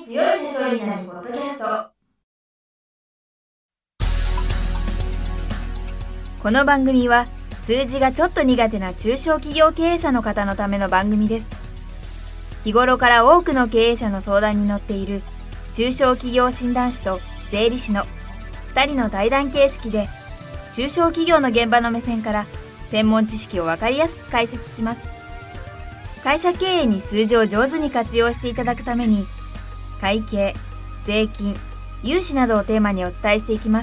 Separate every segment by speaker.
Speaker 1: 強い社長になるポッドキャスト。この番組は数字がちょっと苦手な中小企業経営者の方のための番組です。日頃から多くの経営者の相談に乗っている中小企業診断士と税理士の2人の対談形式で、中小企業の現場の目線から専門知識を分かりやすく解説します。会社経営に数字を上手に活用していただくために、会計、税金、融資などをテーマにお伝えしていきます。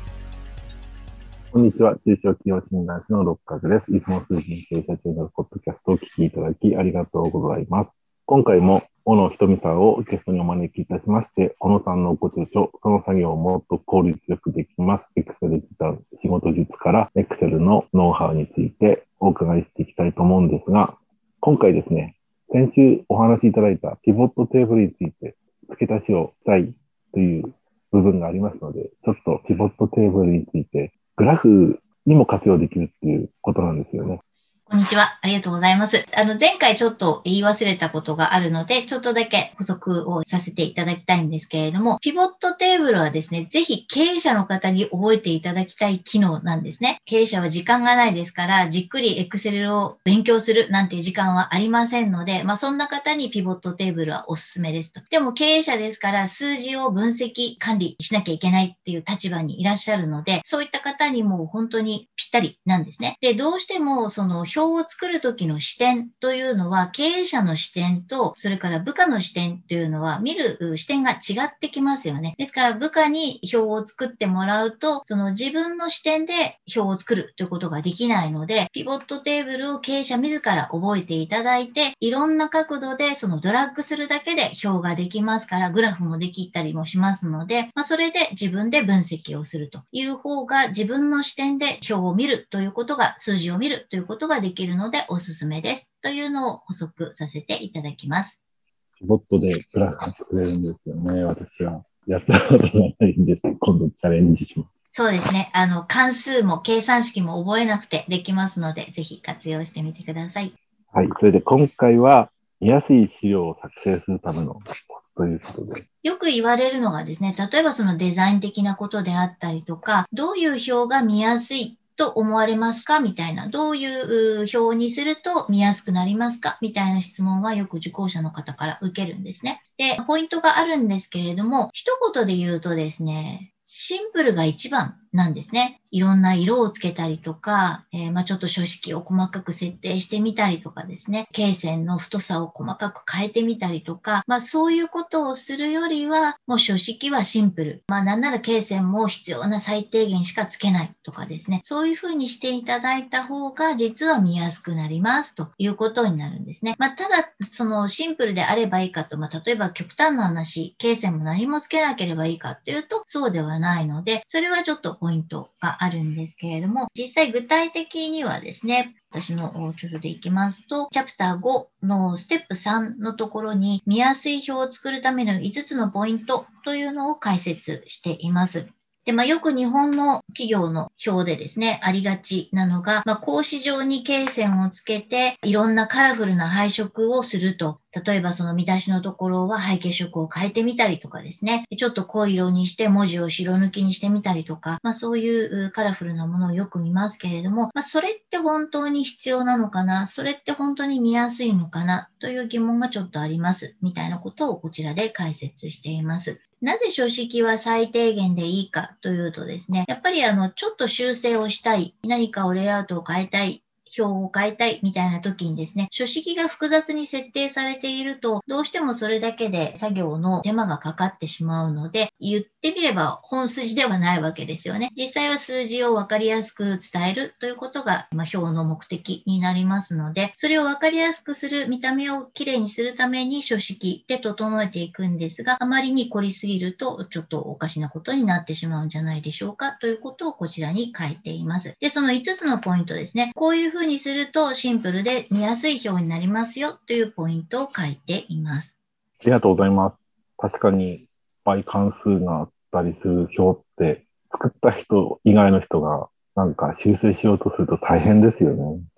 Speaker 2: こんにちは。中小企業診断士の六角です。いつも数字に経営者中のポッドキャストをお聞きいただきありがとうございます。今回も小野ひとみさんをゲストにお招きいたしまして、小野さんのご著書、その作業をもっと効率よくできます。Excel 時短仕事術から Excel のノウハウについてお伺いしていきたいと思うんですが、今回ですね、先週お話しいただいたピボットテーブルについて付け足しをしたいという部分がありますので、ちょっとピボットテーブルについてグラフにも活用できるっていうことなんですよね。
Speaker 3: こんにちは。ありがとうございます。前回ちょっと言い忘れたことがあるので、ちょっとだけ補足をさせていただきたいんですけれども、ピボットテーブルはですね、ぜひ経営者の方に覚えていただきたい機能なんですね。経営者は時間がないですから、じっくり Excel を勉強するなんていう時間はありませんので、そんな方にピボットテーブルはおすすめですと。でも経営者ですから、数字を分析管理しなきゃいけないっていう立場にいらっしゃるので、そういった方にも本当にぴったりなんですね。で、どうしてもその表を作る時の視点というのは、経営者の視点と、それから部下の視点というのは、見る視点が違ってきますよね。ですから、部下に表を作ってもらうと、その自分の視点で表を作るということができないので、ピボットテーブルを経営者自ら覚えていただいて、いろんな角度でそのドラッグするだけで表ができますから、グラフもできたりもしますので、それで自分で分析をするという方が、自分の視点で表を見るということが、数字を見るということができるのでおすすめですというのを補足させていただきます。
Speaker 2: ピボットでグラフ作れるんですよね。私はやったことがないんです。今度チャレンジします。
Speaker 3: そうですね。関数も計算式も覚えなくてできますので、ぜひ活用してみてください。
Speaker 2: はい。それで今回は見やすい資料を作成するためのということで。
Speaker 3: よく言われるのがですね、例えばそのデザイン的なことであったりとか、どういう表が見やすいと思われますかみたいな、どういう表にすると見やすくなりますかみたいな質問はよく受講者の方から受けるんですね。で、ポイントがあるんですけれども、一言で言うとですね、シンプルが一番なんですね。いろんな色をつけたりとか、ちょっと書式を細かく設定してみたりとかですね、罫線の太さを細かく変えてみたりとか、そういうことをするよりは、もう書式はシンプル。なんなら罫線も必要な最低限しかつけないとかですね、そういうふうにしていただいた方が実は見やすくなりますということになるんですね。ただ、そのシンプルであればいいかと、例えば極端な話、罫線も何もつけなければいいかっていうと、そうではないので、それはちょっとポイントがあるんですけれども、実際具体的にはですね、私の著書でいきますと、チャプター5のステップ3のところに見やすい表を作るための5つのポイントというのを解説しています。で、よく日本の企業の表でですね、ありがちなのが、格子状に罫線をつけて、いろんなカラフルな配色をすると、例えばその見出しのところは背景色を変えてみたりとかですね、ちょっと濃い色にして文字を白抜きにしてみたりとか、そういうカラフルなものをよく見ますけれども、それって本当に必要なのかな、それって本当に見やすいのかなという疑問がちょっとあります、みたいなことをこちらで解説しています。なぜ書式は最低限でいいかというとですね、やっぱりちょっと修正をしたい、何かをレイアウトを変えたい、表を変えたいみたいな時にですね、書式が複雑に設定されていると、どうしてもそれだけで作業の手間がかかってしまうので、言ってみれば本筋ではないわけですよね。実際は数字をわかりやすく伝えるということが、表の目的になりますので、それをわかりやすくする、見た目をきれいにするために書式で整えていくんですが、あまりに凝りすぎるとちょっとおかしなことになってしまうんじゃないでしょうかということをこちらに書いています。で、その5つのポイントですね。こういうふうにするとシンプルで見やすい表になりますよというポイントを書いています。
Speaker 2: ありがとうございます。確かにいっぱい関数があったりする表って作った人以外の人がなんか修正しようとすると大変ですよね。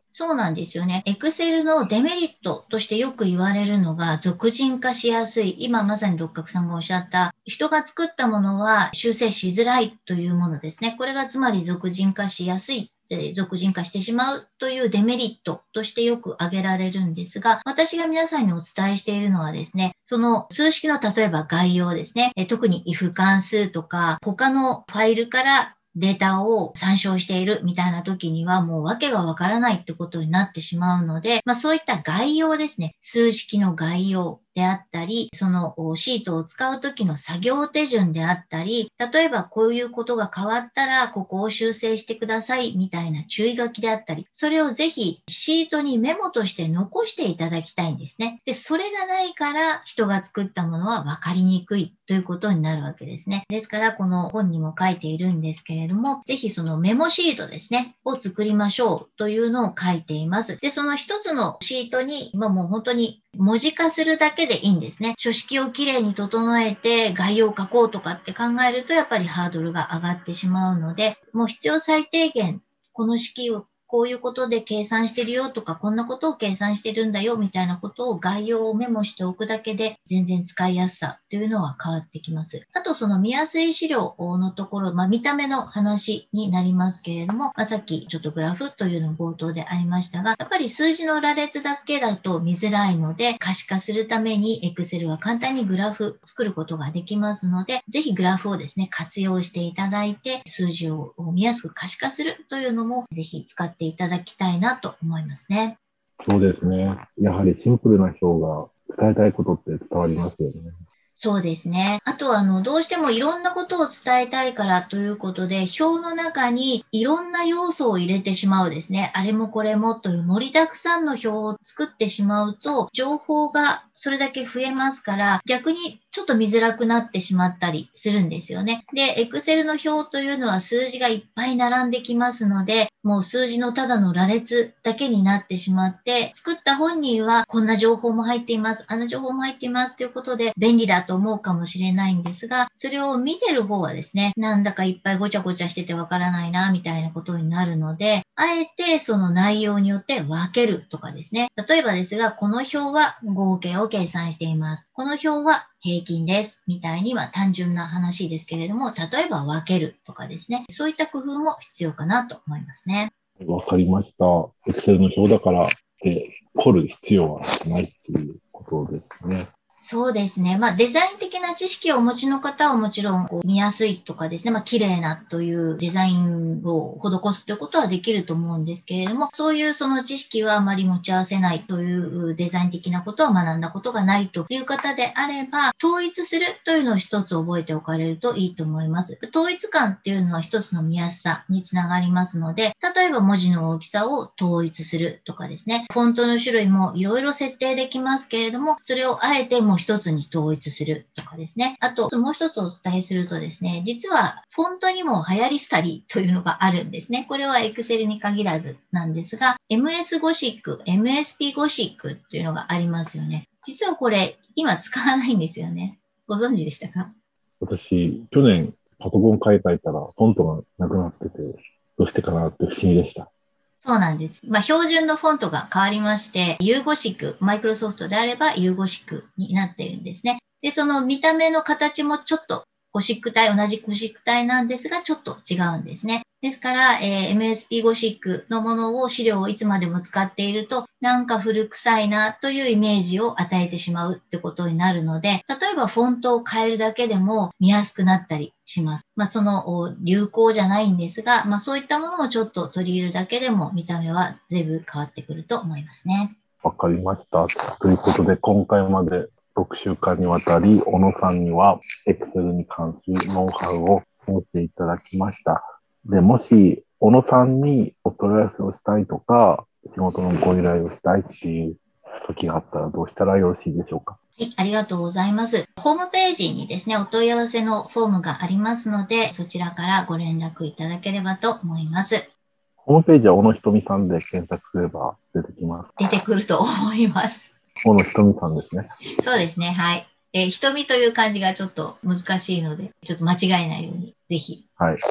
Speaker 3: そうなんですよね。Excel のデメリットとしてよく言われるのが、俗人化しやすい。今まさに六角さんがおっしゃった、人が作ったものは修正しづらいというものですね。これがつまり俗人化しやすい。俗人化してしまうというデメリットとしてよく挙げられるんですが、私が皆さんにお伝えしているのはですね、その数式の例えば概要ですね、特に if 関数とか他のファイルからデータを参照しているみたいな時にはもう訳がわからないってことになってしまうので、そういった概要ですね、数式の概要であったり、そのシートを使う時の作業手順であったり、例えばこういうことが変わったらここを修正してくださいみたいな注意書きであったり、それをぜひシートにメモとして残していただきたいんですね。で、それがないから人が作ったものはわかりにくいということになるわけですね。ですからこの本にも書いているんですけれども、ぜひそのメモシートですね、を作りましょうというのを書いています。で、その一つのシートに、もう本当に文字化するだけでいいんですね。書式をきれいに整えて概要を書こうとかって考えるとやっぱりハードルが上がってしまうので、もう必要最低限この式をこういうことで計算してるよとか、こんなことを計算してるんだよみたいなことを概要をメモしておくだけで全然使いやすさというのは変わってきます。あとその見やすい資料のところ、見た目の話になりますけれども、さっきちょっとグラフというの冒頭でありましたが、やっぱり数字の羅列だけだと見づらいので、可視化するために Excel は簡単にグラフ作ることができますので、ぜひグラフをですね、活用していただいて、数字を見やすく可視化するというのもぜひ使っていただきたいなと思いますね。
Speaker 2: そうですね。やはりシンプルな表が伝えたいことって伝わりますよね。
Speaker 3: そうですね。あとは、どうしてもいろんなことを伝えたいからということで、表の中にいろんな要素を入れてしまうですね。あれもこれもという盛りだくさんの表を作ってしまうと、情報がそれだけ増えますから、逆にちょっと見づらくなってしまったりするんですよね。で、Excel の表というのは数字がいっぱい並んできますので、もう数字のただの羅列だけになってしまって、作った本人はこんな情報も入っています、あの情報も入っていますということで便利だと思うかもしれないんですが、それを見てる方はですね、なんだかいっぱいごちゃごちゃしててわからないな、みたいなことになるので、あえてその内容によって分けるとかですね。例えばですが、この表は合計を計算しています。この表は平均です。みたいには単純な話ですけれども、例えば分けるとかですね。そういった工夫も必要かなと思いますね。
Speaker 2: わかりました。Excel の表だからって凝る必要はないっていうことですね。
Speaker 3: そうですね。デザイン的な知識をお持ちの方はもちろん見やすいとかですね、綺麗なというデザインを施すということはできると思うんですけれども、そういうその知識はあまり持ち合わせないというデザイン的なことを学んだことがないという方であれば、統一するというのを一つ覚えておかれるといいと思います。統一感っていうのは一つの見やすさにつながりますので、例えば文字の大きさを統一するとかですね、フォントの種類もいろいろ設定できますけれども、それをあえてもう一つに統一するとかですね。あと、もう一つお伝えするとですね、実はフォントにも流行り廃りというのがあるんですね。これは Excel に限らずなんですが、MS ゴシック、MSP ゴシックっていうのがありますよね。実はこれ、今使わないんですよね。ご存知でしたか？
Speaker 2: 私、去年パソコン買い替えたらフォントがなくなってて、どうしてかなって不思議でした。
Speaker 3: そうなんです。標準のフォントが変わりまして、ユーゴシック、マイクロソフトであればユーゴシックになっているんですね。で、その見た目の形もちょっとゴシック体、同じゴシック体なんですが、ちょっと違うんですね。ですから、MSP ゴシックのものを資料をいつまでも使っていると、なんか古臭いなというイメージを与えてしまうってことになるので、例えばフォントを変えるだけでも見やすくなったりします。その流行じゃないんですが、そういったものもちょっと取り入れるだけでも見た目は随分変わってくると思いますね。
Speaker 2: わかりました。ということで、今回まで6週間にわたり、小野さんには Excel に関するノウハウを教えていただきました。で、もし、小野さんにお問い合わせをしたいとか、仕事のご依頼をしたいっていう時があったらどうしたらよろしいでしょうか？
Speaker 3: はい、ありがとうございます。ホームページにですね、お問い合わせのフォームがありますので、そちらからご連絡いただければと思います。
Speaker 2: ホームページは小野ひとみさんで検索すれば出てきます。
Speaker 3: 出てくると思います。
Speaker 2: 小野ひとみさんですね。
Speaker 3: そうですね、はい。瞳という漢字がちょっと難しいので、ちょっと間違えないように、ぜひ。
Speaker 2: はい。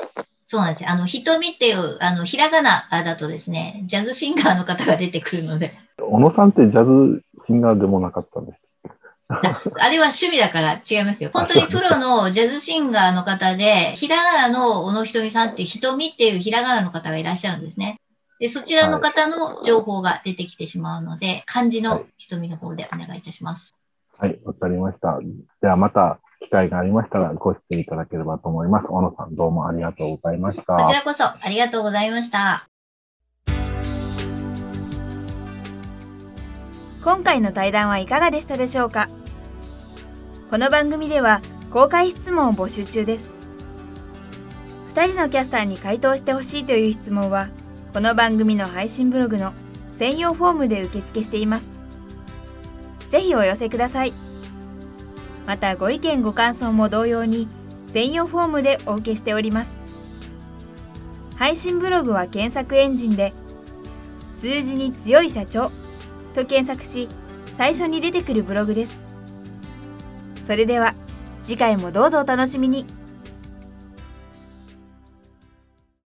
Speaker 3: そうなんですよ。瞳っていう、ひらがなだとですね、ジャズシンガーの方が出てくるので。
Speaker 2: 小野さんってジャズシンガーでもなかったんです。
Speaker 3: あれは趣味だから違いますよ。本当にプロのジャズシンガーの方で、ひらがなの小野ひとみさんって、瞳っていうひらがなの方がいらっしゃるんですね。で、そちらの方の情報が出てきてしまうので、漢字の瞳の方でお願いいたします。
Speaker 2: はい、わかりました。ではまた機会がありましたらご出演いただければと思います。小野さんどうもありがとうございました。
Speaker 3: こちらこそありがとうございました。
Speaker 1: 今回の対談はいかがでしたでしょうか。この番組では公開質問を募集中です。2人のキャスターに回答してほしいという質問は、この番組の配信ブログの専用フォームで受付しています。ぜひお寄せください。またご意見ご感想も同様に専用フォームでお受けしております。配信ブログは検索エンジンで数字に強い社長と検索し、最初に出てくるブログです。それでは次回もどうぞお楽しみに。